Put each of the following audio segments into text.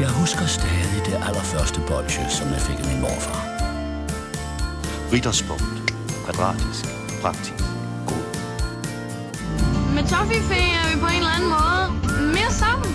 Jeg husker stadig det allerførste bolsje, som jeg fik af min morfar. Ritterspunkt. Kvadratisk. Praktisk. God. Med Toffifee er vi på en eller anden måde mere sammen.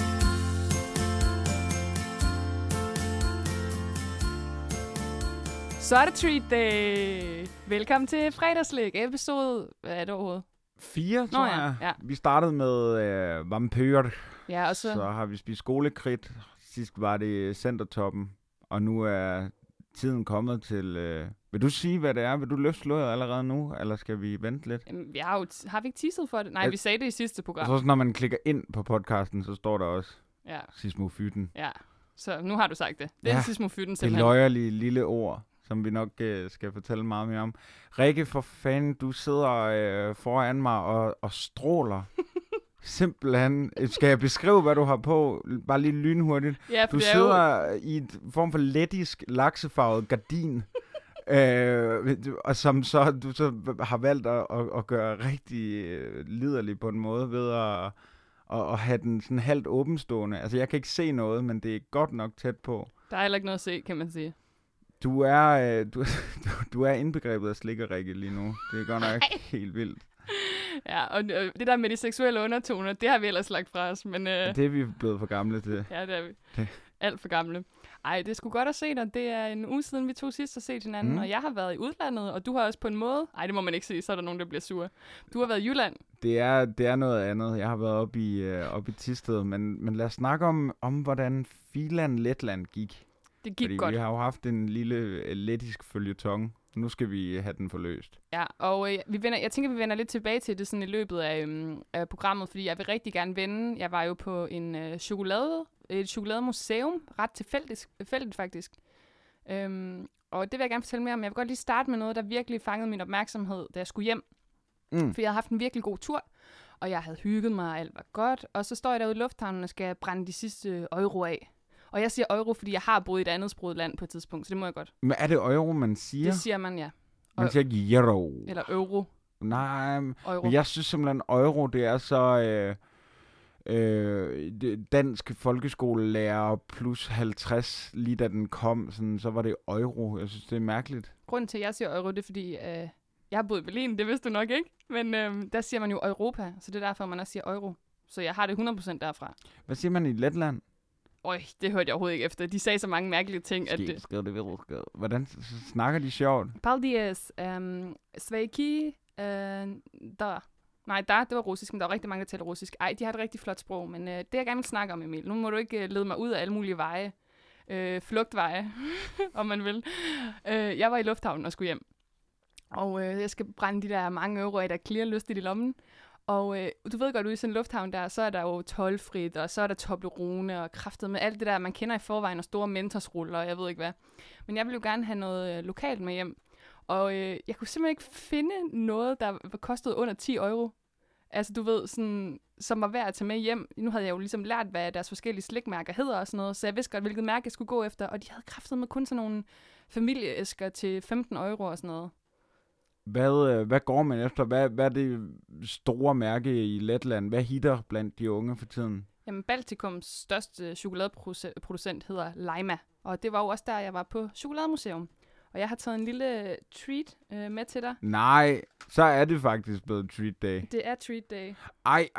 Så er det treat day. Velkommen til fredagslæg episode. Hvad er det overhovedet? 4, tror jeg. Ja. Vi startede med vampyrer. Ja, og Så har vi spist skolekridt. Sidst var det Centertoppen. Og nu er tiden kommet til... Vil du sige, hvad det er? Vil du løfte sløret allerede nu? Eller skal vi vente lidt? Jamen, har vi ikke teaset for det? Nej, vi sagde det i sidste program. Så når man klikker ind på podcasten, så står der også Ja, Sismofyten. ja. Så nu har du sagt det. Det er Ja, Sismofyten Det simpelthen. løjerlige lille ord, som vi nok skal fortælle meget mere om. Rikke, for fanden, du sidder foran mig og stråler. Simpelthen. Skal jeg beskrive, hvad du har på? Bare lige lynhurtigt. Ja, for Du det er jo... sidder i et form for lettisk laksefarvet gardin, og som så du så har valgt at gøre rigtig liderlig på en måde ved at have den sådan halvt åbenstående. Altså, jeg kan ikke se noget, men det er godt nok tæt på. Der er heller ikke noget at se, kan man sige. Du er du er indbegrebet af slikkerikke lige nu. Det er godt nok helt vildt. Ja, og det der med de seksuelle undertoner, det har vi ellers lagt fra os, men... Det er vi blevet for gamle til. Ja, det er vi. Det. Alt for gamle. Ej, det er sgu godt at se dig. Det er en uge siden, vi to sidst har set hinanden, og jeg har været i udlandet, og du har også på en måde... Ej, det må man ikke sige, så er der nogen, der bliver sure. Du har været i Jylland. Det er noget andet. Jeg har været oppe i Thisted, men lad os snakke om hvordan Finland-Letland gik. Det gik Fordi godt. vi har jo haft en lille lettisk føljeton. Nu skal vi have den forløst. Ja, og jeg tænker, vi vender lidt tilbage til det sådan i løbet af programmet, fordi jeg vil rigtig gerne vende. Jeg var jo på et chokolademuseum, ret tilfældigt faktisk. Og det vil jeg gerne fortælle mere om. Jeg vil godt lige starte med noget, der virkelig fangede min opmærksomhed, da jeg skulle hjem. For jeg havde haft en virkelig god tur, og jeg havde hygget mig, og alt var godt. Og så står jeg derude i lufthavnen og skal brænde de sidste euro af. Og jeg siger euro, fordi jeg har boet i et andet sproget land på et tidspunkt, så det må jeg godt. Men er det euro, man siger? Det siger man, ja. Man siger ikke euro. Eller euro. Nej, Euro. men jeg synes simpelthen, euro, det er så dansk folkeskolelærer plus 50, lige da den kom, sådan, så var det euro. Jeg synes, det er mærkeligt. Grunden til, at jeg siger euro, det er, fordi jeg har boet i Berlin, det vidste du nok ikke. Men der siger man jo Europa, så det er derfor, man også siger euro. Så jeg har det 100% derfra. Hvad siger man i Letland? Det hørte jeg overhovedet ikke efter. De sagde så mange mærkelige ting. Hvordan snakker de sjovt? Paldies, Sveiki, der. Nej, det var russisk, men der var rigtig mange, der taler russisk. Ej, de har et rigtig flot sprog, men det jeg gerne vil snakke om, Emil. Nu må du ikke lede mig ud af alle mulige veje. Flugtveje, om man vil. Jeg var i lufthavnen og skulle hjem. Og jeg skal brænde de der mange euro af, der klirrer lystigt i lommen. Og du ved godt, ude i sådan en lufthavn der, så er der jo toldfrit, og så er der Toblerone og kraftet med alt det der, man kender i forvejen, og store mentorsruller, og jeg ved ikke hvad. Men jeg ville jo gerne have noget lokalt med hjem. Og jeg kunne simpelthen ikke finde noget, der kostede under 10 euro. Altså du ved, sådan, som var værd at tage med hjem. Nu havde jeg jo ligesom lært, hvad deres forskellige slikmærker hedder og sådan noget, så jeg vidste godt, hvilket mærke jeg skulle gå efter. Og de havde kraftet med kun sådan nogle familieæsker til 15 euro og sådan noget. Hvad går man efter? Hvad er det store mærke i Letland? Hvad hitter blandt de unge for tiden? Jamen, Baltikums største chokoladeproducent hedder Leima, og det var jo også der, jeg var på chokolademuseum. Og jeg har taget en lille treat med til dig. Nej, så er det faktisk blevet treat day. Det er treat day. Ej.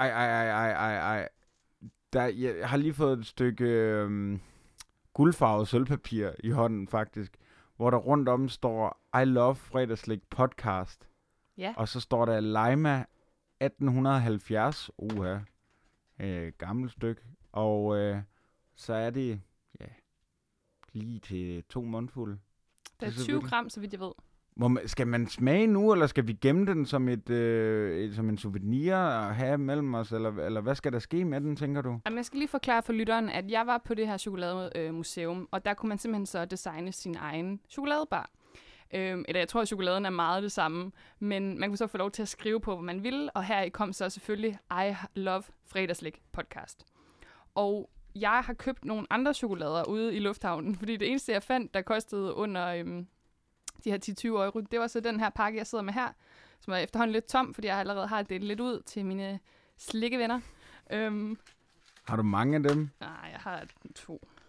Jeg har lige fået et stykke guldfarvet sølvpapir i hånden, faktisk. Hvor der rundt om står I Love Fredagslæg podcast. Ja. Og så står der Leima 1870. Gammelt stykke. Og så er det lige til 2 mundfulde. Der er 20 gram, så vidt jeg ved. Skal man smage nu, eller skal vi gemme den som en souvenir og have mellem os, eller hvad skal der ske med den, tænker du? Jamen, jeg skal lige forklare for lytteren, at jeg var på det her chokolademuseum, og der kunne man simpelthen så designe sin egen chokoladebar. Eller jeg tror, at chokoladen er meget det samme, men man kunne så få lov til at skrive på, hvad man ville, og her kom så selvfølgelig I Love Fredagslæg podcast. Og jeg har købt nogle andre chokolader ude i lufthavnen, fordi det eneste, jeg fandt, der kostede under de her 10-20 euro, det var så den her pakke, jeg sidder med her, som er efterhånden lidt tom, fordi jeg allerede har delt lidt ud til mine slikkevenner. Har du mange af dem? Nej, jeg har 2.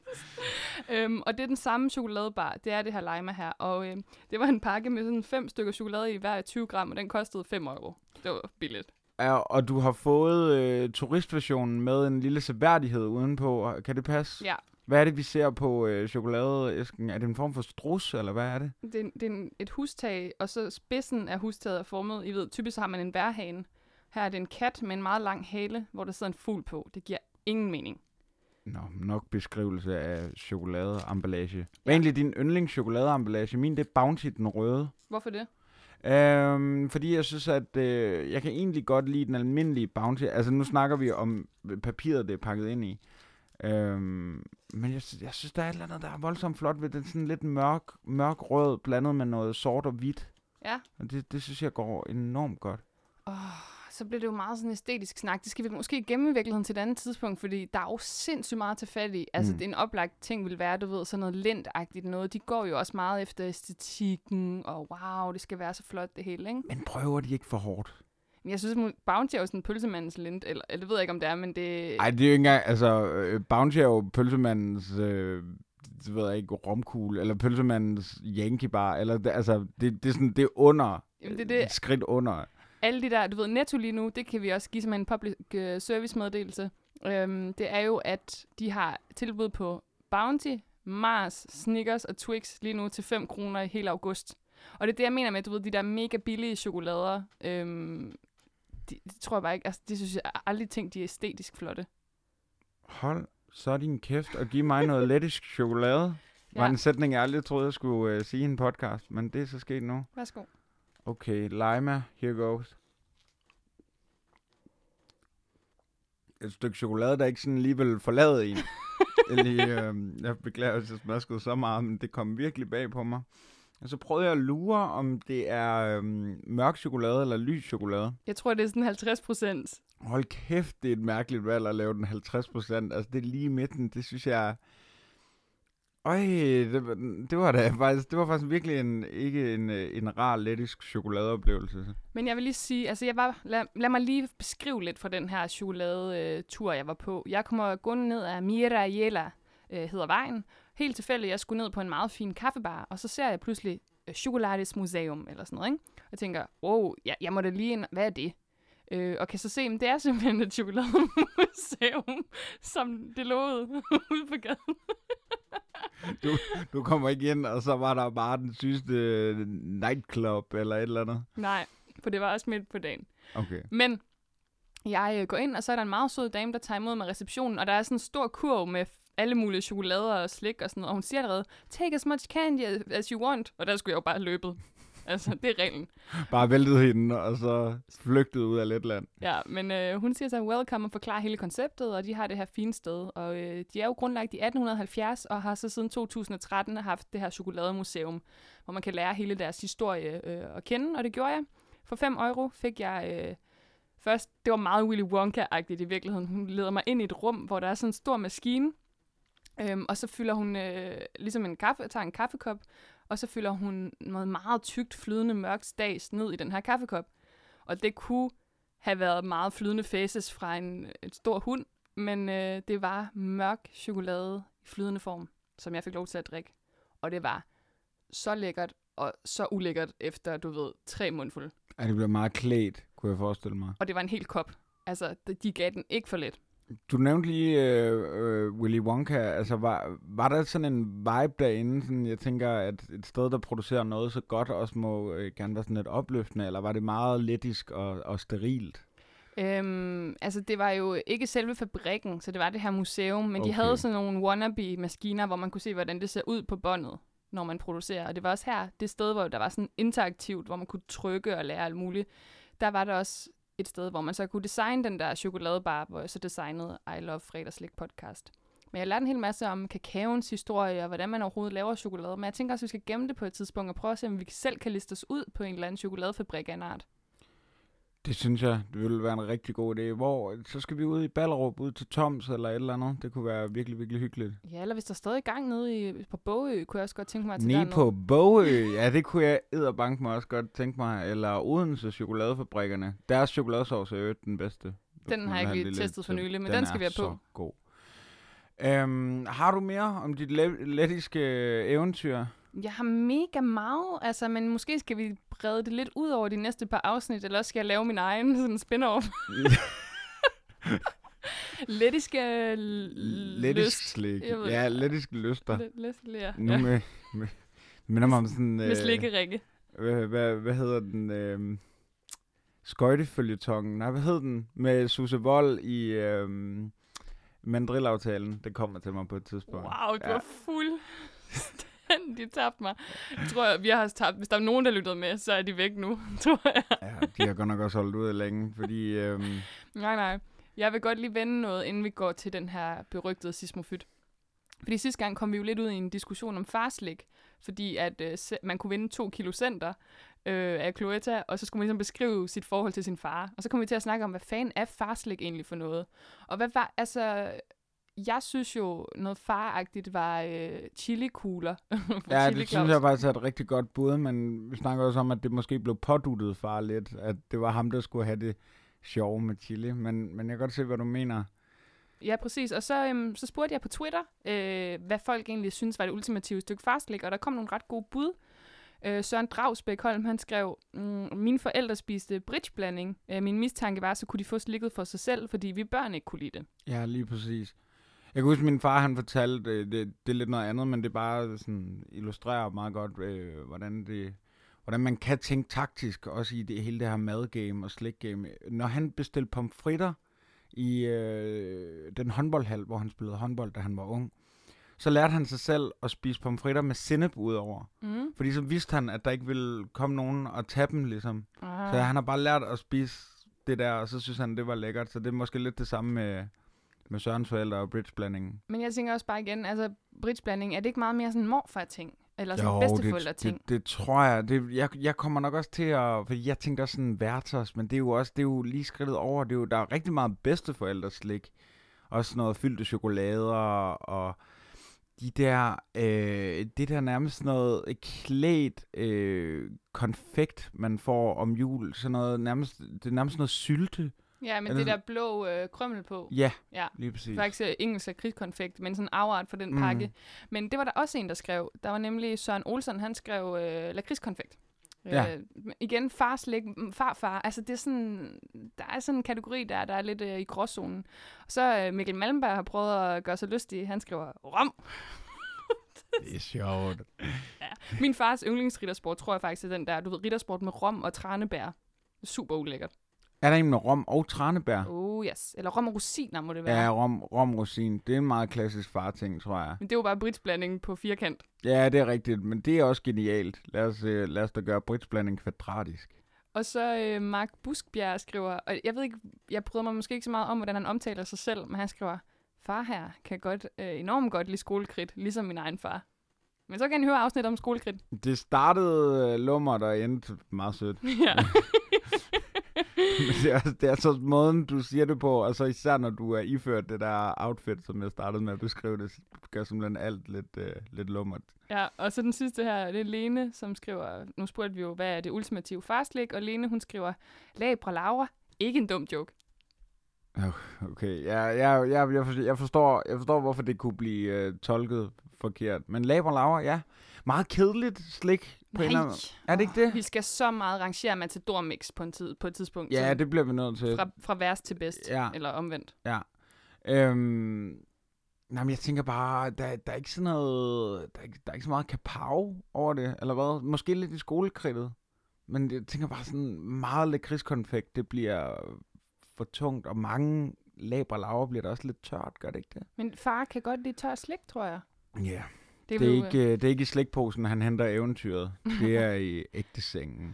Og det er den samme chokoladebar. Det er det her Lima her. Og det var en pakke med sådan 5 stykker chokolade i hver 20 gram, og den kostede 5 euro. Det var billigt. Ja, og du har fået turistversionen med en lille seværdighed udenpå. Kan det passe? Ja. Hvad er det, vi ser på chokoladeæsken? Er det en form for strus, eller hvad er det? Det er et hustag, og så spidsen af hustaget er formet. I ved, typisk har man en vejrhane. Her er det en kat med en meget lang hale, hvor der sidder en fugl på. Det giver ingen mening. Nå, nok beskrivelse af chokoladeemballage. Hvad er egentlig din yndlingschokoladeemballage? Min, det er Bounty, den røde. Hvorfor det? Fordi jeg synes, at jeg kan egentlig godt lide den almindelige Bounty. Altså, nu snakker vi om papiret, det er pakket ind i. Men jeg synes, der er et eller andet, der er voldsomt flot ved den. Sådan lidt mørk rød, blandet med noget sort og hvidt. Ja. Og det synes jeg går enormt godt. Så bliver det jo meget sådan æstetisk snak. Det skal vi måske gemme i virkeligheden til et andet tidspunkt, fordi der er jo sindssygt meget til fat i. Altså, det er en oplagt ting vil være, du ved, sådan noget lintagtigt noget. De går jo også meget efter æstetikken, og wow, det skal være så flot det hele, ikke? Men prøver de ikke for hårdt? Jeg synes, Bounty er jo sådan en pølsemandens lint, eller det ved jeg ikke, om det er, men det... Ej, det er jo ikke engang, altså, Bounty er jo pølsemandens, det ved jeg ikke, romkugle, eller pølsemandens Yankee bar, eller, altså, det er sådan, det er under, det et skridt under. Alle de der, du ved, Netto lige nu, det kan vi også give som en public service meddelelse. Det er jo, at de har tilbud på Bounty, Mars, Snickers og Twix lige nu til 5 kroner i hele august. Og det er det, jeg mener med, du ved, de der mega billige chokolader, det tror jeg bare ikke, altså det synes jeg aldrig tænkt, de er æstetisk flotte. Hold så din kæft og giv mig noget lettisk chokolade. Ja. Var en sætning, jeg aldrig troede, jeg skulle sige i en podcast, men det er så sket nu. Værsgo. Okay, Lima, here goes. Et stykke chokolade, der ikke sådan lige vil forlade en. Jeg beklager, hvis jeg smaskede så meget, men det kom virkelig bag på mig. Og så prøvede jeg at lure, om det er mørk chokolade eller lys chokolade. Jeg tror, det er sådan 50%. Hold kæft, det er et mærkeligt valg at lave den 50%. Altså, det er lige i midten. Det synes jeg... det var faktisk virkelig ikke en rar lettisk chokoladeoplevelse. Men jeg vil lige sige, altså lad mig lige beskrive lidt fra den her chokoladetur, jeg var på. Jeg kommer gående ned af Mirajela, hedder vejen. Helt tilfældigt, jeg skulle ned på en meget fin kaffebar, og så ser jeg pludselig Chokolades Museum, eller sådan noget, ikke? Og jeg tænker, wow, jeg må da lige ind, hvad er det? Og kan så se, at det er simpelthen et chokolademuseum, som det lovede ude på gaden. Du kommer ikke ind, og så var der bare den sygeste nightclub, eller et eller andet? Nej, for det var også midt på dagen. Okay. Men jeg går ind, og så er der en meget sød dame, der tager imod med receptionen, og der er sådan en stor kurv med alle mulige chokolader og slik og sådan noget, og hun siger allerede, take as much candy as you want, og der skulle jeg jo bare løbet. Altså, det er reglen. Bare væltede hende, og så flygtede ud af Letland. Ja, men hun siger så welcome og forklarer hele konceptet, og de har det her fine sted. Og de er jo grundlagt i 1870, og har så siden 2013 haft det her chokolademuseum, hvor man kan lære hele deres historie at kende, og det gjorde jeg. For 5 euro fik jeg først, det var meget Willy Wonka-agtigt i virkeligheden. Hun leder mig ind i et rum, hvor der er sådan en stor maskine, og så fylder hun ligesom tager en kaffekop, og så fylder hun noget meget tykt, flydende mørkt stads ned i den her kaffekop. Og det kunne have været meget flydende faces fra en stor hund, men det var mørk chokolade i flydende form, som jeg fik lov til at drikke. Og det var så lækkert og så ulækkert efter, du ved, 3 mundfulde. Ja, det blev meget klædt, kunne jeg forestille mig. Og det var en hel kop. Altså, de gav den ikke for lidt. Du nævnte lige Willy Wonka. Altså, var der sådan en vibe derinde? Sådan, jeg tænker, at et sted, der producerer noget så godt, også må gerne være sådan lidt opløftende, eller var det meget lettisk og sterilt? Altså, det var jo ikke selve fabrikken, så det var det her museum, men de havde sådan nogle wannabe-maskiner, hvor man kunne se, hvordan det ser ud på båndet, når man producerer. Og det var også her, det sted, hvor der var sådan interaktivt, hvor man kunne trykke og lære alt muligt. Der var der også et sted, hvor man så kunne designe den der chokoladebar, hvor jeg så designede I Love Fredagslik podcast. Men jeg lærte en hel masse om kakaoens historie, og hvordan man overhovedet laver chokolade. Men jeg tænker også, at vi skal gemme det på et tidspunkt, og prøve at se, om vi selv kan liste os ud på en eller anden chokoladefabrik af en art. Det synes jeg, det ville være en rigtig god idé. Så skal vi ud i Ballerup, ud til Toms eller et eller andet. Det kunne være virkelig, virkelig hyggeligt. Ja, eller hvis der er stadig gang nede på Bogø, kunne jeg også godt tænke mig at tage dernede. På Bogø? Ja, det kunne jeg edderbank mig også godt tænke mig. Eller Odense chokoladefabrikkerne. Deres chokoladesauce er jo den bedste. Den har jeg ikke testet for nylig, men den skal vi have på. Så god. Har du mere om dit lettiske eventyr? Jeg har mega meget, altså, men måske skal vi brede det lidt ud over de næste par afsnit, eller også skal jeg lave min egen sådan spin-off. Lettiske Lettisk slik. Ja, lettiske lyster. Nu med minder mig om sådan... med slikkerikke. Hvad hedder den? Skøjteføljetongen. Nej, hvad hed den? Med Susse Wold i mandrillaftalen. Det kommer til mig på et tidspunkt. Wow, du har fuldstændig tabt mig. Jeg tror, vi har tabt. Hvis der er nogen, der lyttede med, så er de væk nu, tror jeg. Ja, de har godt nok også holdt ud længe, fordi... Nej. Jeg vil godt lige vende noget, inden vi går til den her berygtede sismofyt. Fordi sidste gang kom vi jo lidt ud i en diskussion om farslik, fordi at man kunne vinde 2 kilo center af Cloetta, og så skulle man ligesom beskrive sit forhold til sin far. Og så kom vi til at snakke om, hvad fanden er farslik egentlig for noget? Og hvad var, altså... Jeg synes jo, noget faragtigt var chili-kugler. Ja, det synes jeg faktisk er et rigtig godt bud, men vi snakker også om, at det måske blev påduttet far lidt, at det var ham, der skulle have det sjove med chili. Men jeg kan godt se, hvad du mener. Ja, præcis. Og så spurgte jeg på Twitter, hvad folk egentlig synes var det ultimative stykke farslik, og der kom nogle ret gode bud. Søren Dragsbæk Holm, han skrev, mine forældre spiste bridgeblanding. Min mistanke var, så kunne de få slikket for sig selv, fordi vi børn ikke kunne lide det. Ja, lige præcis. Jeg kan huske, min far han fortalte, det er lidt noget andet, men det bare sådan illustrerer meget godt, hvordan man kan tænke taktisk, også i hele det her madgame og slikgame. Når han bestilte pomfritter i den håndboldhal, hvor han spillede håndbold, da han var ung, så lærte han sig selv at spise pomfritter med sennep udover. Mm. Fordi så vidste han, at der ikke ville komme nogen og tage dem, ligesom. Så han har bare lært at spise det der, og så synes han, det var lækkert. Så det er måske lidt det samme med Sørens forældre og bridgeblandingen. Men jeg tænker også bare igen, altså bridgeblanding, er det ikke meget mere sådan en morfar-ting? Eller sådan en bedsteforældre-ting? Det tror jeg. Jeg kommer nok også til at... Fordi jeg tænkte også sådan Vertos, men det er jo lige skridtet over. Der er rigtig meget bedsteforældreslik. Også noget fyldte chokolader og... det der nærmest noget klædt konfekt, man får om jul, sådan noget det er nærmest noget sylte. Ja, men det der blå krømmel på. Ja, lige præcis. Faktisk engelsk lakridskonfekt, men sådan en afart for den pakke. Men det var der også en, der skrev. Der var nemlig Søren Olsen, han skrev lakridskonfekt. Ja. Igen, farslik, farfar. Altså, det er sådan, der er sådan en kategori, der er lidt i gråzonen. Og så Mikkel Malmberg har prøvet at gøre sig lystig. Han skriver rom. Det er sjovt. Ja. Min fars yndlingsrittersport, tror jeg faktisk, er den der, du ved, rittersport med rom og tranebær. Super ulækkert. Er der en med rom og tranebær? Oh yes. Eller rom og rosiner må det være. Ja, rom rosin. Det er en meget klassisk farting, tror jeg. Men det er jo bare bridgeblanding på firkant. Ja, det er rigtigt. Men det er også genialt. Lad os da gøre bridgeblanding kvadratisk. Og så Mark Buskbjerg skriver, og jeg ved ikke, jeg bryder mig måske ikke så meget om, hvordan han omtaler sig selv, men han skriver, far her kan enormt godt lide skolekridt, ligesom min egen far. Men så kan I høre afsnit om skolekridt. Det startede lummer, der endte meget sødt. Ja. det er så måden, du siger det på, og så især når du er iført det der outfit, som jeg startede med at beskrive det, gør simpelthen alt lidt lummert. Ja, og så den sidste her, det er Lene, som skriver, nu spurgte vi jo, hvad er det ultimative farslik, og Lene, hun skriver, Labra Laura, ikke en dum joke. Okay, jeg forstår, hvorfor det kunne blive tolket forkert. Men Labra Laura, ja, meget kedeligt slik på en eller anden. Er det ikke det? Vi skal så meget rangere Matador Mix på et tidspunkt. Ja, det bliver vi nødt til. Fra værst til bedst, eller omvendt. Ja. Nej, men jeg tænker bare, der er ikke sådan noget, der er ikke så meget kapav over det, eller hvad? Måske lidt i skolekridtet. Men jeg tænker bare sådan, meget lakridskonfekt, det bliver for tungt, og mange Labra Laura bliver der også lidt tørt, gør det ikke det? Men far kan godt lide tørt slik, tror jeg. Ja, det er ikke i slikposen, han henter eventyret. Det er i ægte sengen.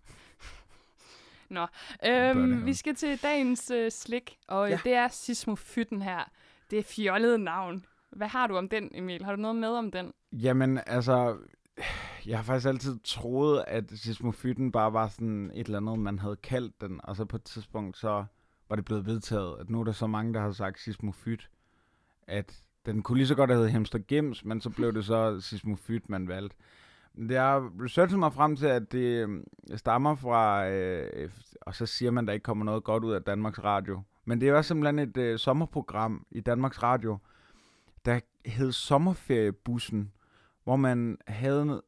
Nå, vi skal til dagens slik, og det er sismofytten her. Det er fjollet navn. Hvad har du om den, Emil? Har du noget med om den? Jamen, altså, jeg har faktisk altid troet, at sismofytten bare var sådan et eller andet, man havde kaldt den, og så på et tidspunkt, så var det blevet vedtaget, at nu er der så mange, der har sagt sismofyt, at den kunne lige så godt have heddet Hemster Gems, men så blev det så sismofyt, man valgte. Det har researchet mig frem til, at det stammer fra, og så siger man, at der ikke kommer noget godt ud af Danmarks Radio. Men det er også simpelthen et sommerprogram i Danmarks Radio, der hed Sommerferiebussen, hvor man havde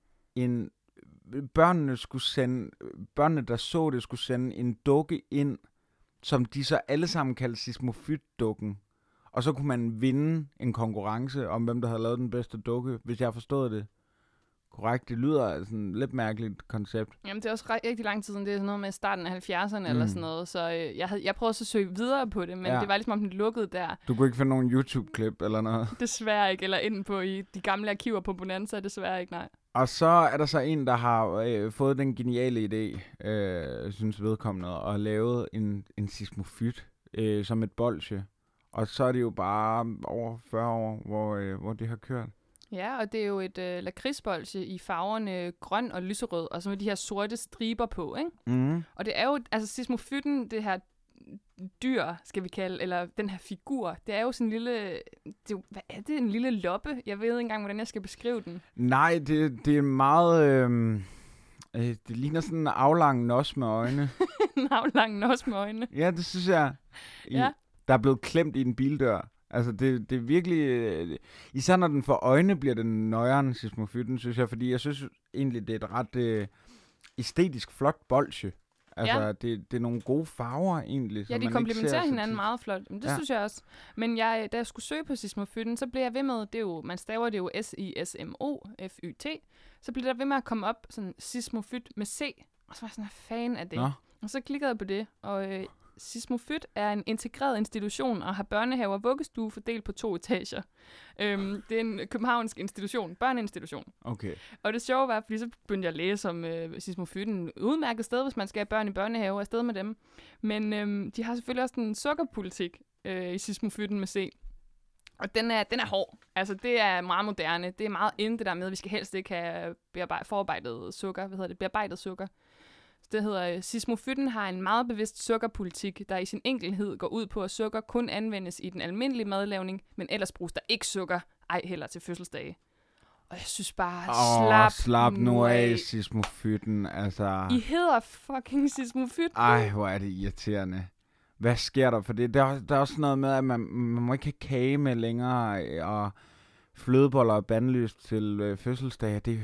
børnene, der så det, skulle sende en dukke ind, som de så alle sammen kaldte Sismofyt-dukken. Og så kunne man vinde en konkurrence om, hvem der havde lavet den bedste dukke, hvis jeg har forstået det korrekt. Det lyder sådan et lidt mærkeligt koncept. Jamen, det er også rigtig lang tid siden. Det er sådan noget med starten af 70'erne eller sådan noget. Så jeg prøvede så at søge videre på det, men det var ligesom om den lukkede der. Du kunne ikke finde nogen YouTube-klip eller noget? Desværre ikke. Eller inde på i de gamle arkiver på Bonanza. Desværre ikke, nej. Og så er der så en, der har fået den geniale idé, synes vedkommende, at lave en sismofyt som et bolsje. Og så er det jo bare over 40 år, hvor det har kørt. Ja, og det er jo et lakridsbolsje i farverne grøn og lyserød, og så med de her sorte striber på, ikke? Mm. Og det er jo, altså sismofytten, det her dyr, skal vi kalde, eller den her figur, det er jo sådan en lille, hvad er det, en lille loppe? Jeg ved ikke engang, hvordan jeg skal beskrive den. Nej, det er meget, det ligner sådan en aflang nos med øjne. En aflang nos med øjne. Ja, det synes jeg, der er blevet klemt i en bildør. Altså, det er virkelig, især når den får øjne, bliver den nøjeren, sismofytten, synes jeg, fordi jeg synes egentlig, det er et ret æstetisk flot bolsje. Altså, det er nogle gode farver, egentlig. Ja, de komplementerer hinanden meget flot. Men det synes jeg også. Men da jeg skulle søge på sismofytten, så blev jeg ved med, det er jo, man staver det jo S-I-S-M-O-F-Y-T, så blev der ved med at komme op sådan sismofyt med C, og så var jeg sådan en fan af det. Nå. Og så klikkede jeg på det, og Sismofyt er en integreret institution og har børnehave og vuggestue fordelt på 2 etager. Det er en københavnsk institution, børneinstitution. Okay. Og det sjove var, fordi så begyndte jeg at læse om Sismofyt, en udmærket sted, hvis man skal have børn i børnehave og afsted med dem. Men de har selvfølgelig også en sukkerpolitik i Sismofytten med C. Og den er hård. Altså, det er meget moderne. Det er meget inde det der med, at vi skal helst ikke have forarbejdet sukker. Bearbejdet sukker. Det hedder, Sismofytten har en meget bevidst sukkerpolitik, der i sin enkelhed går ud på, at sukker kun anvendes i den almindelige madlavning, men ellers bruges der ikke sukker, ej heller til fødselsdage. Og jeg synes bare, slap nu af, Sismofytten, altså. I hedder fucking Sismofyt. Ej, hvor er det irriterende. Hvad sker der for det? Der er også noget med, at man må ikke have kage med længere, og flødeboller og bandlys til fødselsdage. Det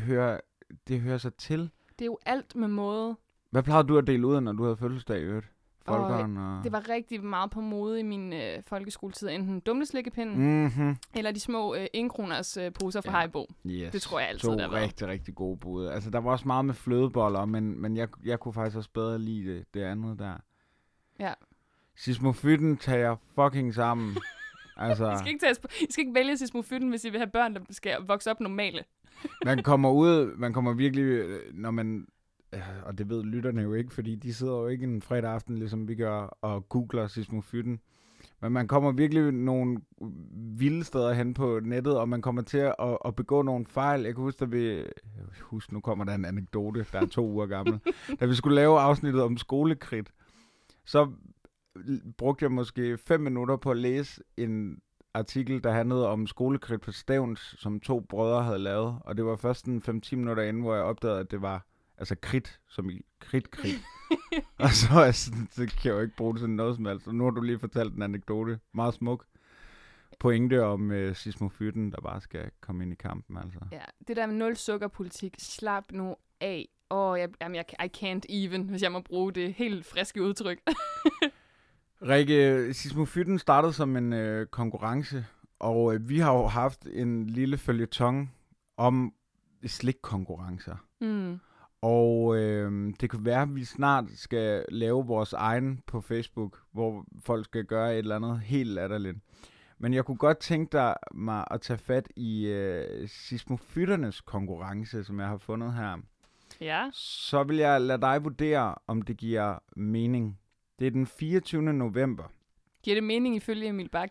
hører sig til. Det er jo alt med måde. Hvad plejede du at dele ud, når du havde fødselsdag i øvrigt? Det var rigtig meget på mode i min folkeskoletid. Enten dumleslikkepinden, eller de små 1-kroners poser fra Haribo. Yes. Det tror jeg altid, der var. Rigtig, rigtig gode bud. Altså, der var også meget med flødeboller, men jeg kunne faktisk også bedre lide det andet der. Ja. Sismofytten tager fucking sammen. Altså. I skal ikke vælge Sismofytten, hvis I vil have børn, der skal vokse op normale. man kommer virkelig, når man... Og det ved lytterne jo ikke, fordi de sidder jo ikke en fredag aften, ligesom vi gør, og googler Sismofytten. Men man kommer virkelig nogle vilde steder hen på nettet, og man kommer til at begå nogle fejl. Jeg kan huske, nu kommer der en anekdote, der er 2 uger gammel. Da vi skulle lave afsnittet om skolekridt, så brugte jeg måske 5 minutter på at læse en artikel, der handlede om skolekridt på Stævns, som 2 brødre havde lavet. Og det var først en 5-10 minutter inden, hvor jeg opdagede, at det var altså kridt, som i kridt. Og så kan jeg jo ikke bruge det sådan noget som helst. Og nu har du lige fortalt en anekdote. Meget smuk pointe om Sismofytten, der bare skal komme ind i kampen. Altså. Ja, det der med 0 sukkerpolitik, slap nu af. I can't even, hvis jeg må bruge det helt friske udtryk. Rikke, Sismofytten startede som en konkurrence, og vi har jo haft en lille føljeton om slikkonkurrencer. Mm. Og det kan være, at vi snart skal lave vores egen på Facebook, hvor folk skal gøre et eller andet helt latterligt. Men jeg kunne godt tænke mig at tage fat i Sismofytternes konkurrence, som jeg har fundet her. Ja. Så vil jeg lade dig vurdere, om det giver mening. Det er den 24. november. Giver det mening ifølge Emil Bak?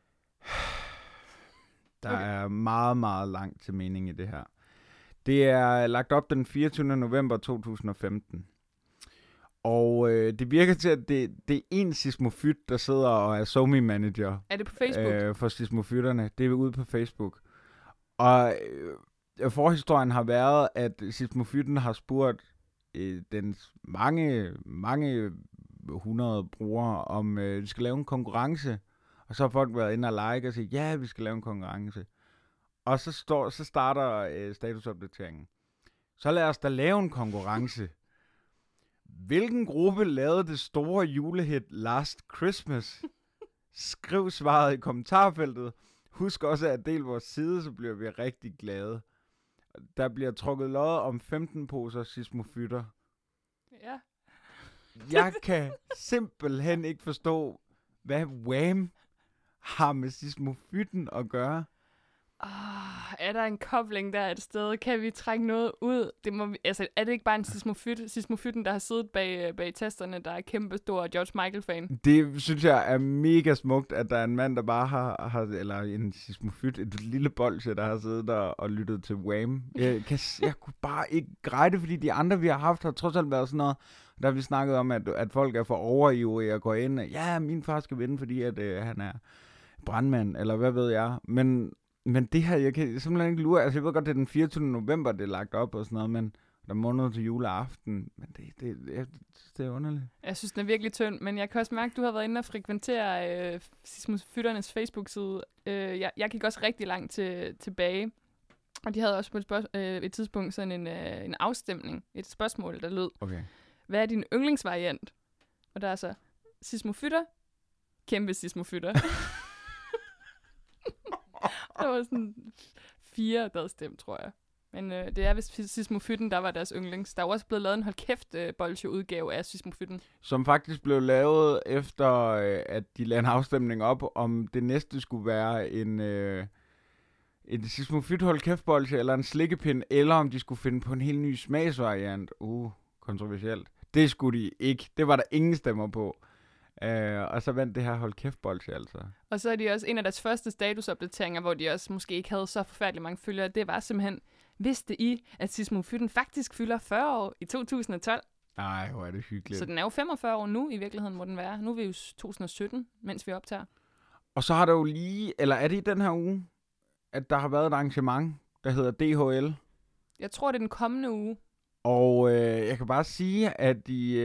Der er meget, meget langt til mening i det her. Det er lagt op den 24. november 2015. Og det virker til, at det er en Sismofyt, der sidder og er SoMe-manager. Er det på Facebook? For Sismofytterne. Det er ude på Facebook. Og forhistorien har været, at Sismofytten har spurgt dens mange 100 brugere, om de skal lave en konkurrence, Og så har folk været inde og like og sige, ja, vi skal lave en konkurrence. Og så starter statusopdateringen. Så lad os da lave en konkurrence. Hvilken gruppe lavede det store julehit Last Christmas? Skriv svaret i kommentarfeltet. Husk også at dele vores side, så bliver vi rigtig glade. Der bliver trukket lod om 15 poser sismofytter. Ja. Jeg kan simpelthen ikke forstå, hvad Wham har med sismofytten at gøre. Er der en kobling der et sted? Kan vi trække noget ud? Er det ikke bare en sismofytten, der har siddet bag tasterne, der er kæmpe stor George Michael-fan? Det synes jeg er mega smukt, at der er en mand, der bare har eller en sismofyt, et lille bolsje, der har siddet der og lyttet til Wham. Jeg kunne bare ikke greje det, fordi de andre, vi har haft, har trods alt været sådan noget. Der har vi snakket om, at folk er for overivrige og går ind, ja, min far skal vinde, fordi at, han er brandmand, eller hvad ved jeg. Men det her, jeg kan simpelthen ikke lure. Altså, jeg ved godt, det er den 24. november, det er lagt op og sådan noget, men der er måned til juleaften. Men det er underligt. Jeg synes, den er virkelig tynd, men jeg kan også mærke, at du har været inde og frekventere sismofytternes Facebook-side. Jeg gik også rigtig langt tilbage, og de havde også på et tidspunkt sådan en afstemning, et spørgsmål, der lød, okay. Hvad er din yndlingsvariant? Og der er så sismofytter, kæmpe sismofytter. Der var sådan 4, der havde stemt, tror jeg. Men det er vist sismofytten, der var deres yndlings. Der er også blevet lavet en hold kæft bolsje-udgave af sismofytten. Som faktisk blev lavet efter, at de lavede en afstemning op, om det næste skulle være en sismofyt hold kæft bolsje, eller en slikkepind, eller om de skulle finde på en helt ny smagsvariant. Kontroversielt. Det skulle de ikke. Det var der ingen stemmer på. Og så vandt det her hold kæft bolsje, altså. Og så er de også en af deres første statusopdateringer, hvor de også måske ikke havde så forfærdeligt mange følgere. Det var simpelthen, vidste I, at sismofytten faktisk fylder 40 år i 2012? Nej, hvor er det hyggeligt. Så den er jo 45 år nu, i virkeligheden må den være. Nu er vi jo 2017, mens vi optager. Og så har der jo lige, eller er det i den her uge, at der har været et arrangement, der hedder DHL? Jeg tror, det er den kommende uge. Og jeg kan bare sige, at i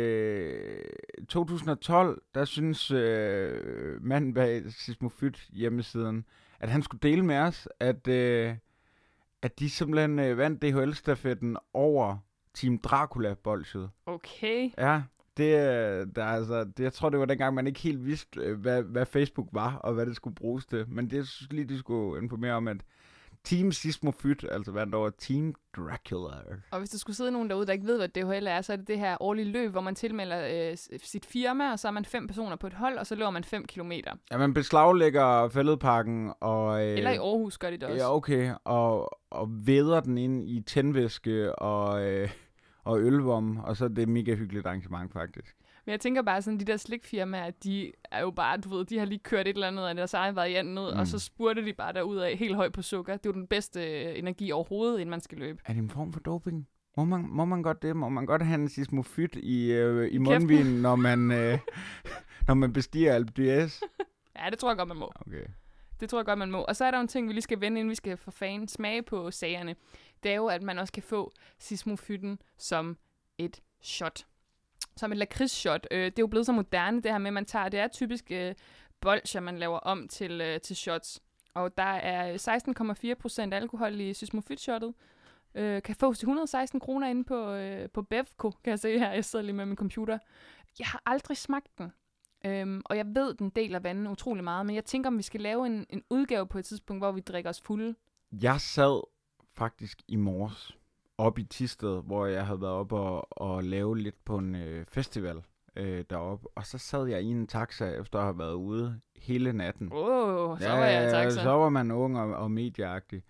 2012, der synes manden bag Sismofyt hjemmesiden, at han skulle dele med os, at de simpelthen vandt DHL-stafetten over Team Dracula-bolsjet. Okay. Ja, jeg tror, det var dengang, man ikke helt vidste, hvad Facebook var, og hvad det skulle bruges til. Men det synes lige, de skulle informere om, at Team Sismofyt, altså vandt over Team Dracula. Og hvis der skulle sidde nogen derude, der ikke ved, hvad DHL er, så er det her årlige løb, hvor man tilmelder sit firma, og så er man 5 personer på et hold, og så løber man 5 kilometer. Ja, man beslaglægger Fælledparken og... eller i Aarhus gør de det også. Ja, okay. Og væder den ind i tændvæske og ølvom, og så er det et mega hyggeligt arrangement, faktisk. Men jeg tænker bare sådan, de der slikfirmaer, de er jo bare, du ved, de har lige kørt et eller andet af deres egen variant ned, og så spurgte de bare derudad helt højt på sukker. Det er jo den bedste energi overhovedet, inden man skal løbe. Er det en form for doping? Må man godt det? Må man godt have en sismofyt i mundvinen, når man bestiger Alpe d'Huez? Ja, det tror jeg godt, man må. Okay. Det tror jeg godt, man må. Og så er der en ting, vi lige skal vende, inden vi skal få fan smage på sagerne. Det er jo, at man også kan få sismofytten som et shot. Som et lakridsshot. Det er jo blevet så moderne, det her med, man tager. Det er typisk bolsjer, man laver om til shots. Og der er 16,4% alkohol i sismofyt-shottet. Kan fås til 116 kroner inde på Bevco, kan jeg se her. Jeg sidder lige med min computer. Jeg har aldrig smagt den. Og jeg ved, den deler vandet utrolig meget. Men jeg tænker, om vi skal lave en udgave på et tidspunkt, hvor vi drikker os fulde. Jeg sad faktisk i morges op i Thisted, hvor jeg havde været oppe og lave lidt på en festival deroppe. Og så sad jeg i en taxa, efter at have været ude hele natten. Så var jeg i taxa. Så var man ung og medieagtig.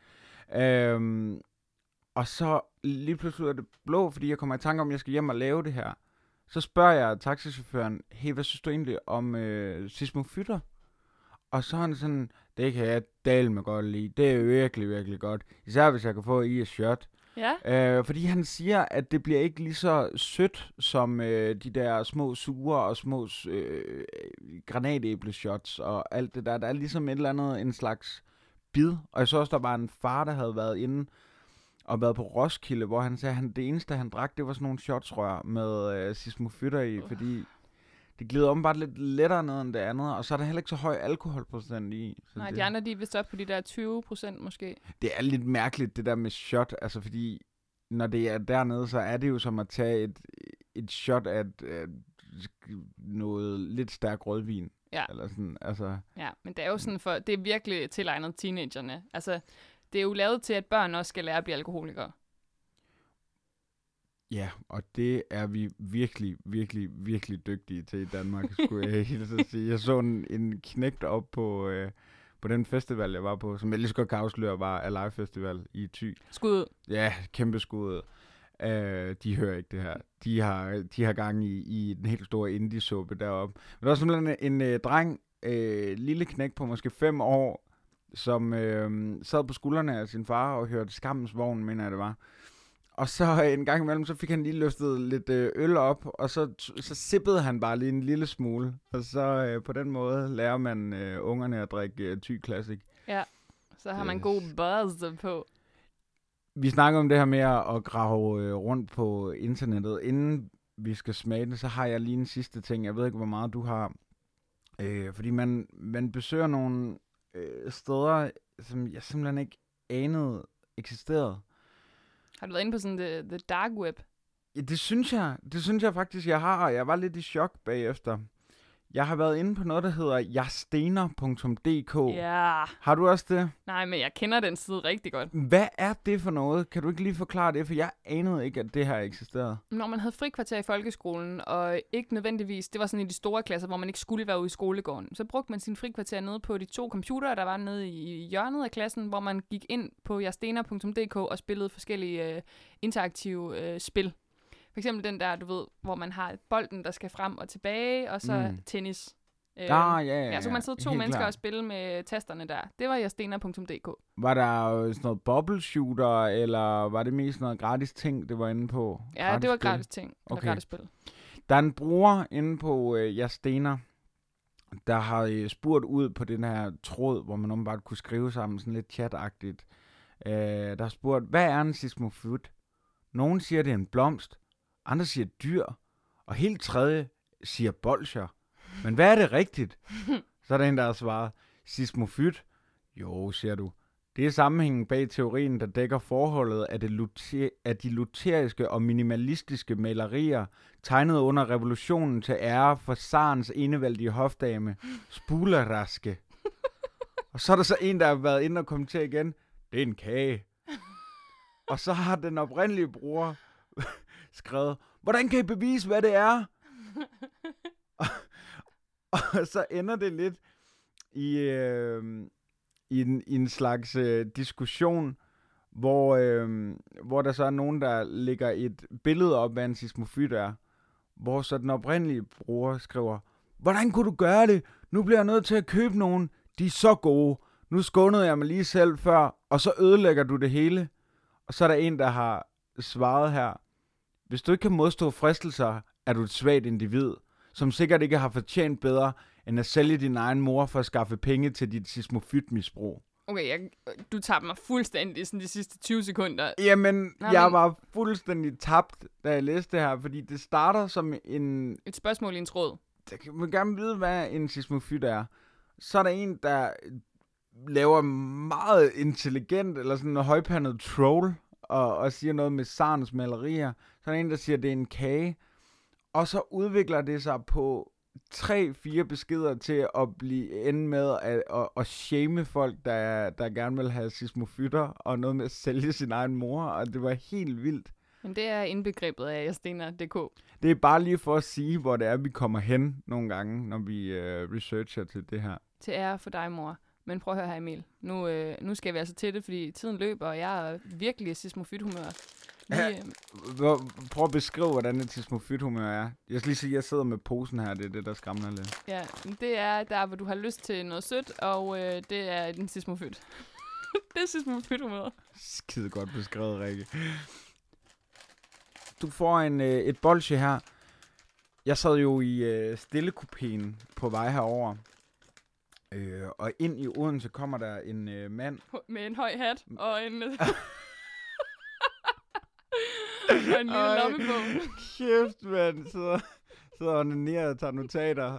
Og så lige pludselig er det blå, fordi jeg kommer i tanke om, at jeg skal hjem og lave det her. Så spørger jeg taxichaufføren, hey, hvad synes du egentlig om sismofytter? Og så er han sådan, det kan jeg dale med godt lide. Det er virkelig, virkelig godt. Især hvis jeg kan få i et shot. Ja. Fordi han siger, at det bliver ikke lige så sødt som de der små sure og små granatæbleshots og alt det der. Der er ligesom et eller andet, en slags bid. Og jeg så også, der var en far, der havde været inde og været på Roskilde, hvor han sagde, at det eneste, han drak, det var sådan nogle shotsrør med sismofytter i, fordi Det glider om bare lidt lettere ned end det andet, og så er der heller ikke så høj alkoholprocent i. Så Nej, det, de andre, de er vist op på de der 20% måske. det er lidt mærkeligt, det der med shot, altså fordi, når det er dernede, så er det jo som at tage et shot af noget lidt stærk rødvin. Ja. Eller sådan, altså. Ja, men det er jo sådan det er virkelig tilegnet teenagerne. Altså, det er jo lavet til, at børn også skal lære at blive alkoholikere. Ja, og det er vi virkelig, virkelig, virkelig dygtige til i Danmark, skulle jeg hilse at sige. Jeg så en knægt op på den festival, jeg var på, som jeg lige så godt kan afsløre, var Alive Festival i Thy. Skud. Ja, kæmpe skud. De hører ikke det her. De har gang i den helt store indie-suppe deroppe. Men der var simpelthen en dreng, lille knægt på måske 5 år, som sad på skuldrene af sin far og hørte Skammens Vogn, mener jeg det var. Og så en gang imellem, så fik han lige løftet lidt øl op, og så sippede han bare lige en lille smule. Og så på den måde lærer man ungerne at drikke Thy Classic. Ja, så har man god buzz på. Vi snakker om det her med at grave rundt på internettet. Inden vi skal smage det, så har jeg lige en sidste ting. Jeg ved ikke, hvor meget du har. Fordi man besøger nogle steder, som jeg simpelthen ikke anede eksisterede. Har du været inde på sådan the dark web? Ja, det synes jeg faktisk, jeg har. Jeg var lidt i chok bagefter. Jeg har været inde på noget, der hedder jastener.dk. Ja. Har du også det? Nej, men jeg kender den side rigtig godt. Hvad er det for noget? Kan du ikke lige forklare det? For jeg anede ikke, at det her eksisterede. Når man havde frikvarter i folkeskolen, og ikke nødvendigvis, det var sådan i de store klasser, hvor man ikke skulle være ude i skolegården, så brugte man sin frikvarter nede på de 2 computere, der var nede i hjørnet af klassen, hvor man gik ind på jastener.dk og spillede forskellige interaktive spil. For eksempel den der, du ved, hvor man har bolden, der skal frem og tilbage, og så tennis. Ja, så man sidde 2 mennesker og spille med tasterne der. Det var jastener.dk. Var der sådan noget bubble shooter, eller var det mest noget gratis ting, det var inde på? Ja, gratis det var spil? gratis ting. Okay. Gratis spil. Der er en bruger inde på Jastener, der har spurgt ud på den her tråd, hvor man bare kunne skrive sammen sådan lidt chatagtigt. Der har spurgt, hvad er en sismofut? Nogen siger, det er en blomst. Andre siger dyr, og helt tredje siger bolsjer. Men hvad er det rigtigt? Så er der en, der har svaret, sismofyt. Jo, siger du. Det er sammenhængen bag teorien, der dækker forholdet af de lutheriske og minimalistiske malerier, tegnet under revolutionen til ære for zarens enevældige hofdame, Spuleraske. Og så er der så en, der har været inde og kommentere igen, det er en kage. Og så har den oprindelige bruger skrevet, hvordan kan I bevise, hvad det er? og så ender det lidt i en slags diskussion, hvor der så er nogen, der lægger et billede op, hvad en sismofyt er, hvor så den oprindelige bruger skriver, hvordan kunne du gøre det? Nu bliver jeg nødt til at købe nogen. De er så gode. Nu skånede jeg mig lige selv før, og så ødelægger du det hele. Og så er der en, der har svaret her, hvis du ikke kan modstå fristelser, er du et svagt individ, som sikkert ikke har fortjent bedre, end at sælge din egen mor for at skaffe penge til dit sismofytmisbrug. Okay, du tabte mig fuldstændig sådan de sidste 20 sekunder. Jamen, jeg var fuldstændig tabt, da jeg læste det her, fordi det starter som et spørgsmål i en tråd. Jeg vil gerne vide, hvad en sismofyt er. Så er der en, der laver meget intelligent, eller sådan en højpandet troll, og siger noget med zarens malerier. Så er der en, der siger, at det er en kage. Og så udvikler det sig på 3-4 beskeder til at ende med at shame folk, der gerne vil have sismofytter, og noget med at sælge sin egen mor, og det var helt vildt. Men det er indbegrebet af jastener.dk. Det er bare lige for at sige, hvor det er, vi kommer hen nogle gange, når vi researcher til det her. Til ære for dig, mor. Men prøv at høre her, Emil. Nu skal vi altså til det, fordi tiden løber, og jeg er virkelig i sismofyt-humør. Prøv at beskrive, hvordan et sismofyt-humør er. Jeg skal lige sige, at jeg sidder med posen her. Det er det, der skræmmer lidt. Ja, det er der, hvor du har lyst til noget sødt, og det er en sismofyt. Det er sismofyt-humør. Skide godt beskrevet, Rikke. Du får et bolsje her. Jeg sad jo i stillekupéen på vej herover. Og ind i Odense kommer der en mand. Med en høj hat og en... og en lille lomme på. Kæft, mand. sidder og onanerer og tager notater.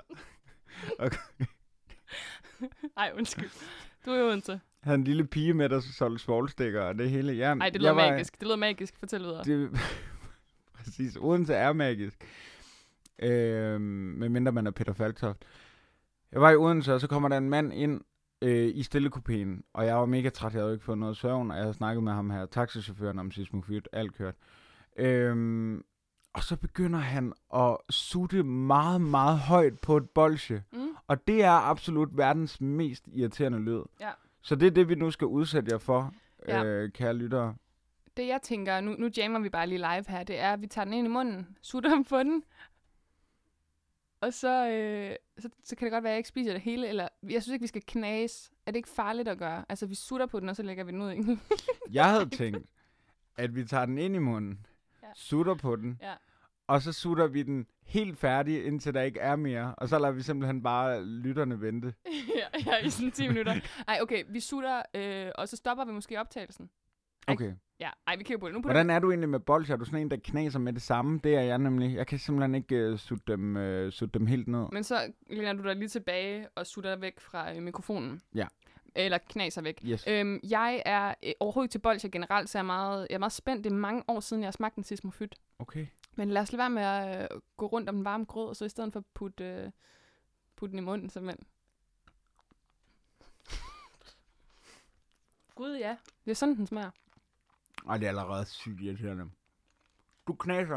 Ej, undskyld. Du er jo Odense. Havde en lille pige med, der solgte svovlstikker og det hele. Ja, Ej, det lyder magisk. Det lyder magisk. Fortæl videre. Præcis. Odense er magisk. Medmindre man er Peter Falktoft. Jeg var i Odense, og så kommer der en mand ind i stillekupéen, og jeg var mega træt. Jeg havde ikke fået noget søvn, og jeg havde snakket med ham her, taxichaufføren om sismofyt, alt kørt. Og så begynder han at sutte meget, meget højt på et bolsje. Og det er absolut verdens mest irriterende lyd. Ja. Så det er det, vi nu skal udsætte jer for, kære lyttere. Det jeg tænker, nu jammer vi bare lige live her, det er, at vi tager den ind i munden, sutter ham på den, og så kan det godt være, at jeg ikke spiser det hele, eller jeg synes ikke, vi skal knase. Er det ikke farligt at gøre? Altså, vi sutter på den, og så lægger vi den ud i. Jeg havde tænkt, at vi tager den ind i munden, sutter på den, og så sutter vi den helt færdig, indtil der ikke er mere, og så lader vi simpelthen bare lytterne vente. ja, i sådan 10 minutter. Ej, okay, vi sutter, og så stopper vi måske optagelsen. Okay. Ja, vi kigger på det. Hvordan er du egentlig med bolsjer? Er du sådan en, der knaser med det samme? Det er jeg nemlig. Jeg kan simpelthen ikke sutte dem helt ned. Men så læner du dig lige tilbage og sutter væk fra mikrofonen. Ja. Eller knaser væk. Yes. Jeg er overhovedet til bolsjer generelt, så jeg er meget spændt. Det er mange år siden, jeg har smagt en sismofyt. Okay. Men lad os lade være med at gå rundt om den varme grød, og så i stedet for putte den i munden, simpelthen. Gud, ja. Det er sådan, den smager. Ej, det er allerede sygt irriterende. Du knaser.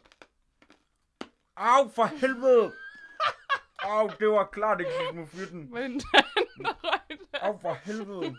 Au, for helvede! Au, det var klart ikke sismofytten. Au, for helvede.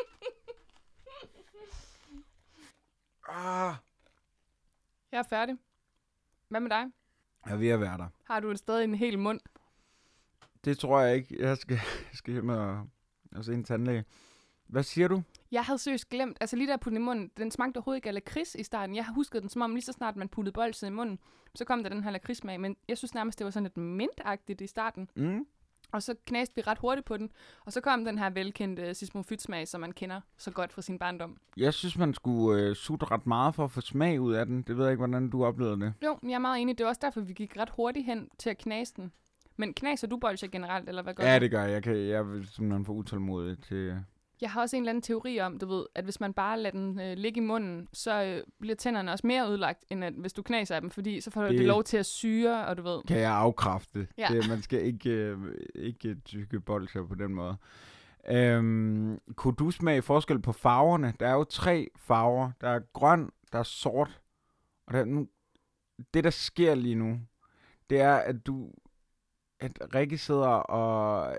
Jeg er færdig. Hvad med dig? Jeg er ved at være der. Har du stadig en hel mund? Det tror jeg ikke. Jeg skal hjem og se en tandlæge. Hvad siger du? Jeg havde seriøst glemt, altså lige der putten i munden, den smagte overhovedet ikke af lakrids i starten. Jeg har husket den som om lige så snart man puttede bolsen i munden, så kom der den her lakridssmag, men jeg synes nærmest, det var sådan lidt mintagtigt i starten. Og så knaste vi ret hurtigt på den, og så kom den her velkendte sismofyt-smag, som man kender så godt fra sin barndom. Jeg synes, man skulle sutte ret meget for at få smag ud af den. Det ved jeg ikke, hvordan du oplevede det. Jo, jeg er meget enig. Det var også derfor, vi gik ret hurtigt hen til at knase den. Men knaser du bolsjer generelt, eller hvad gør du? Ja, det gør jeg. Jeg vil simpelthen få utålmodig til... Jeg har også en eller anden teori om, du ved, at hvis man bare lader den ligge i munden, så bliver tænderne også mere ødelagt, end at hvis du knaser af dem, fordi så får du det lov til at syre, og du ved... Kan jeg afkræfte. Ja. Man skal ikke tykke bolsjer på den måde. Kunne du smage forskel på farverne? Der er jo 3 farver. Der er grøn, der er sort, og det, der sker lige nu, det er, at Rikke sidder og...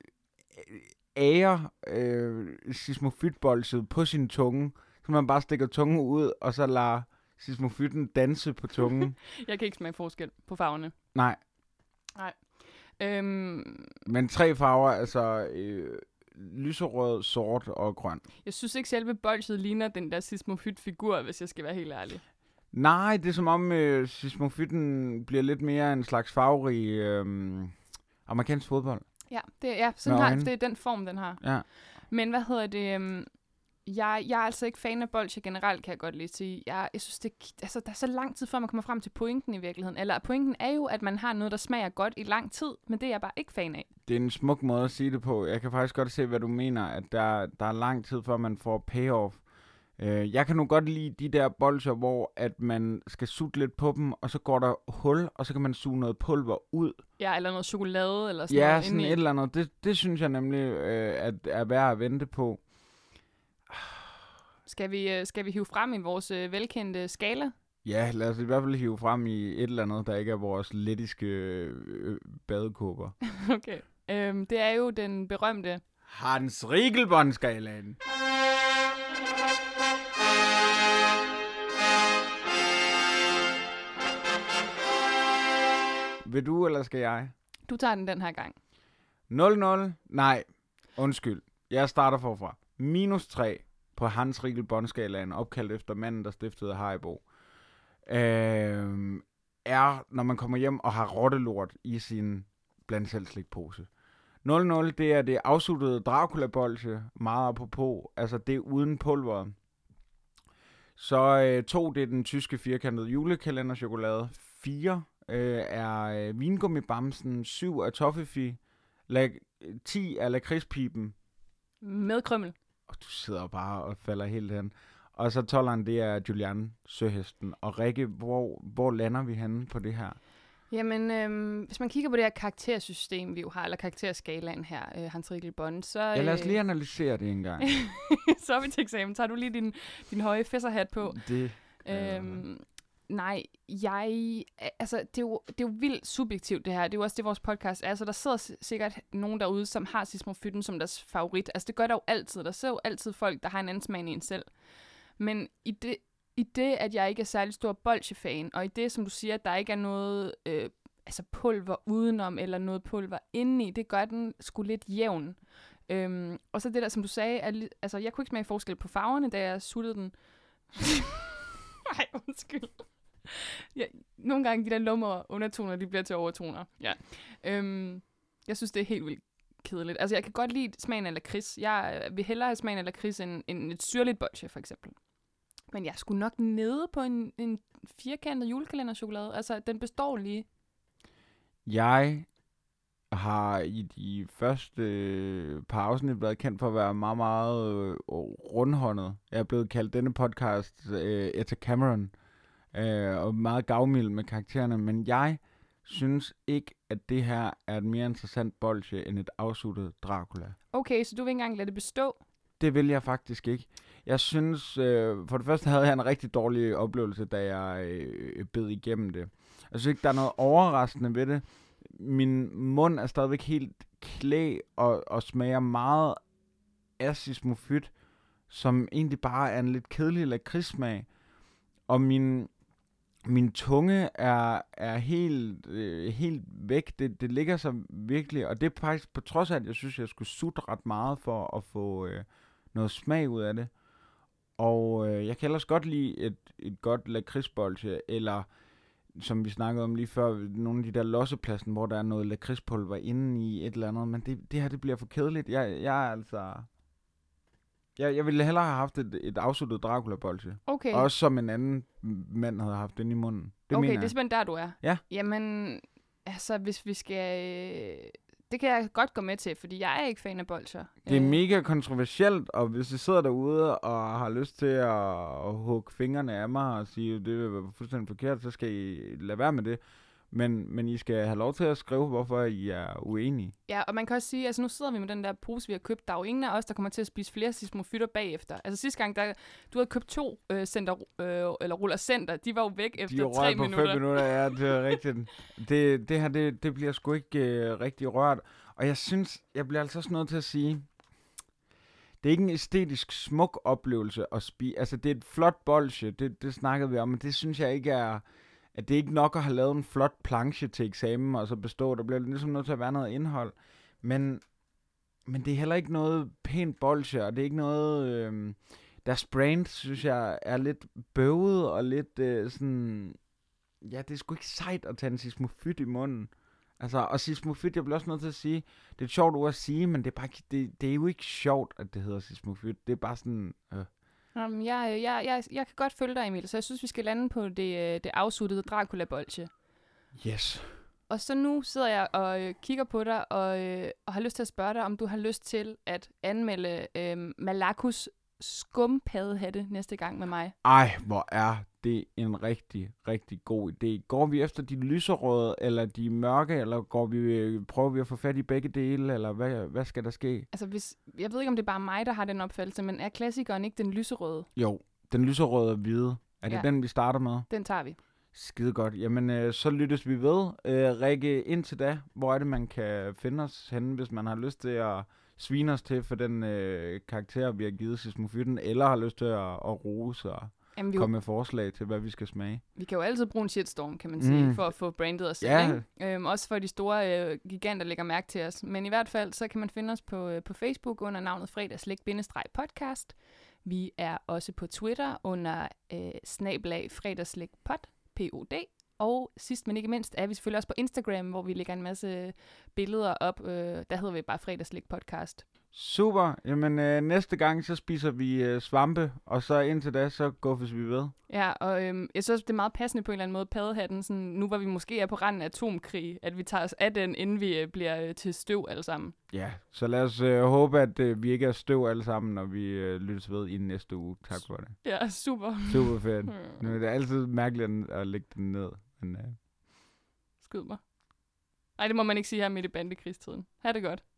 ærer sismofytbolset på sin tunge, så man bare stikker tungen ud, og så lader sismofytten danse på tungen. Jeg kan ikke smage forskel på farverne. Nej. Men 3 farver, altså lyserød, sort og grøn. Jeg synes ikke selve bolset ligner den der sismofyt-figur, hvis jeg skal være helt ærlig. Nej, det er som om sismofytten bliver lidt mere en slags farverig amerikansk fodbold. Ja, det er den form, den har. Ja. Men hvad hedder det? Jeg er altså ikke fan af bolsjer generelt, kan jeg godt lige sige. Jeg synes, der er så lang tid, før man kommer frem til pointen i virkeligheden. Eller pointen er jo, at man har noget, der smager godt i lang tid, men det er jeg bare ikke fan af. Det er en smuk måde at sige det på. Jeg kan faktisk godt se, hvad du mener, at der er lang tid, før man får payoff. Jeg kan nu godt lide de der bolsjer, hvor at man skal sutte lidt på dem, og så går der hul, og så kan man suge noget pulver ud. Ja, eller noget chokolade, eller sådan noget. Ja, sådan et eller andet. Det synes jeg nemlig at er værd at vente på. Skal vi hive frem i vores velkendte skala? Ja, lad os i hvert fald hive frem i et eller andet, der ikke er vores lettiske badekåber. Okay. Det er jo den berømte... Hans Riegelbånd-skalaen. Vil du, eller skal jeg? Du tager den her gang. 0-0? Nej, undskyld. Jeg starter forfra. -3 på Hans Riegelbånd-skalaen, opkaldt efter manden, der stiftede Haribo, er, når man kommer hjem og har rottelort i sin blandt selv slikpose. 0-0, det er det afsuttede Dracula-bolsje, meget apropos, altså det er uden pulveret. Så 2, det er den tyske firkantede julekalenderchokolade. 4, er vingummibamsen, 7 er toffifee, 10 er lakridspipen. Med krymmel. Og du sidder bare og falder helt hen. Og så 12'eren, det er Julian Søhesten. Og Rikke, hvor lander vi henne på det her? Jamen, hvis man kigger på det her karaktersystem, vi jo har, eller karakterskalaen her, Hans Riegelbond, så... Ja, lad os lige analysere det en gang. Så er vi til eksamen. Tager du lige din høje fæsserhat på? Det... Nej, altså, det er jo vildt subjektivt det her. Det er jo også det, vores podcast er. Så der sidder sikkert nogen derude, som har sismofytten som deres favorit. Altså, det gør der jo altid. Der sidder jo altid folk, der har en anden smag end en selv. Men i det, at jeg ikke er særlig stor bolsje-fan, og i det, som du siger, at der ikke er noget altså pulver udenom, eller noget pulver indeni, det gør den sgu lidt jævn. Og så det der, som du sagde, altså, jeg kunne ikke smage forskel på farverne, da jeg suttede den. Nej, undskyld. Ja, nogle gange de der lumre undertoner, de bliver til overtoner. Ja. Jeg synes, det er helt vildt kedeligt. Altså, jeg kan godt lide smagen af lakrids. Jeg vil hellere have smagen af lakrids end et syrligt bolsje, for eksempel. Men jeg skulle nok nede på en firkantet julekalenderchokolade. Altså, den består lige. Jeg har i de første par afsnit været kendt for at være meget, meget rundhåndet. Jeg er blevet kaldt denne podcast Etta Cameron, og meget gavmild med karaktererne, men jeg synes ikke, at det her er et mere interessant bolsje end et afsuttet Dracula. Okay, så du vil ikke engang lade det bestå? Det vil jeg faktisk ikke. Jeg synes, for det første havde jeg en rigtig dårlig oplevelse, da jeg bed igennem det. Jeg synes ikke, der er noget overraskende ved det. Min mund er stadigvæk helt klæ og smager meget af sismofyt, som egentlig bare er en lidt kedelig lakridssmag. Og min tunge er helt væk. Det ligger så virkelig, og det er faktisk på trods af, at jeg synes, jeg skulle sutte ret meget for at få noget smag ud af det. Og jeg kan ellers godt lide et godt lakridsbolsje, eller som vi snakkede om lige før, nogle af de der lossepladsen, hvor der er noget lakridspulver inde i et eller andet, men det her, det bliver for kedeligt. Jeg ville hellere have haft et afsuttet Dracula-bolsje. Okay. Også som en anden mand havde haft den i munden. Det okay, det er simpelthen der, du er. Ja. Jamen, altså, hvis vi skal... Det kan jeg godt gå med til, fordi jeg er ikke fan af bolsjer. Det er mega kontroversielt, og hvis I sidder derude og har lyst til at hugge fingrene af mig og sige, at det er fuldstændig forkert, så skal I lade være med det. Men I skal have lov til at skrive, hvorfor I er uenige. Ja, og man kan også sige, altså nu sidder vi med den der pose, vi har købt. Der er jo ingen af os, der kommer til at spise flere sismofytter bagefter. Altså sidste gang, du havde købt 2 eller ruller center, de var jo væk efter 3 minutter. De var på 5 minutter, ja, det er rigtigt. Det her, det bliver sgu ikke rigtig rørt. Og jeg synes, jeg bliver altså også nødt til at sige, det er ikke en æstetisk smuk oplevelse at spise. Altså det er et flot bolsje, det snakkede vi om, men det synes jeg ikke er... At det er ikke nok at have lavet en flot planche til eksamen, og så bestå. Der bliver ligesom nødt til at være noget indhold. Men det er heller ikke noget pænt bolsje, og det er ikke noget... deres brand, synes jeg, er lidt bøvet, og lidt sådan... Ja, det er sgu ikke sejt at tage en sismofyt i munden. Altså, og sismofyt, jeg bliver også nødt til at sige... Det er et sjovt ord at sige, men det er, bare, det er jo ikke sjovt, at det hedder sismofyt. Det er bare sådan... Jeg kan godt følge dig, Emil, så jeg synes, vi skal lande på det afsuttede Dracula-bolsje. Yes. Og så nu sidder jeg og kigger på dig og har lyst til at spørge dig, om du har lyst til at anmelde Malakus skumpaddehatte næste gang med mig. Ej, hvor er det en rigtig, rigtig god idé. Går vi efter de lyserøde, eller de mørke, eller prøver vi at få fat i begge dele, eller hvad skal der ske? Altså, jeg ved ikke, om det er bare mig, der har den opfattelse, men er klassikeren ikke den lyserøde? Jo, den lyserøde og hvide. Er det den, vi starter med? Den tager vi. Skide godt. Jamen, så lyttes vi ved. Rikke, indtil da, hvor er det, man kan finde os henne, hvis man har lyst til at svine os til for den karakter, vi har givet sismofytten, eller har lyst til at rose og komme med forslag til, hvad vi skal smage. Vi kan jo altid bruge en shitstorm, kan man sige, for at få brandet os selv. Ikke? Også for de store giganter lægger mærke til os. Men i hvert fald, så kan man finde os på Facebook under navnet fredagslik-podcast. Vi er også på Twitter under @fredagslikpod, POD. Og sidst men ikke mindst er vi selvfølgelig også på Instagram, hvor vi lægger en masse billeder op. Der hedder vi bare Fredagslik Podcast. Super. Jamen, næste gang, så spiser vi svampe, og så indtil da, så guffes vi ved. Ja, og jeg synes, det er meget passende på en eller anden måde, paddehatten, sådan, nu hvor vi måske er på randen af atomkrig, at vi tager os af den, inden vi bliver til støv alle sammen. Ja, så lad os håbe, at vi ikke er støv alle sammen, når vi lyttes ved i næste uge. Tak for det. Ja, super. Super fedt. Nu er det altid mærkeligt at lægge den ned. Men, Skyd mig. Ej, det må man ikke sige her midt i bandekrigstiden. Ha' det godt.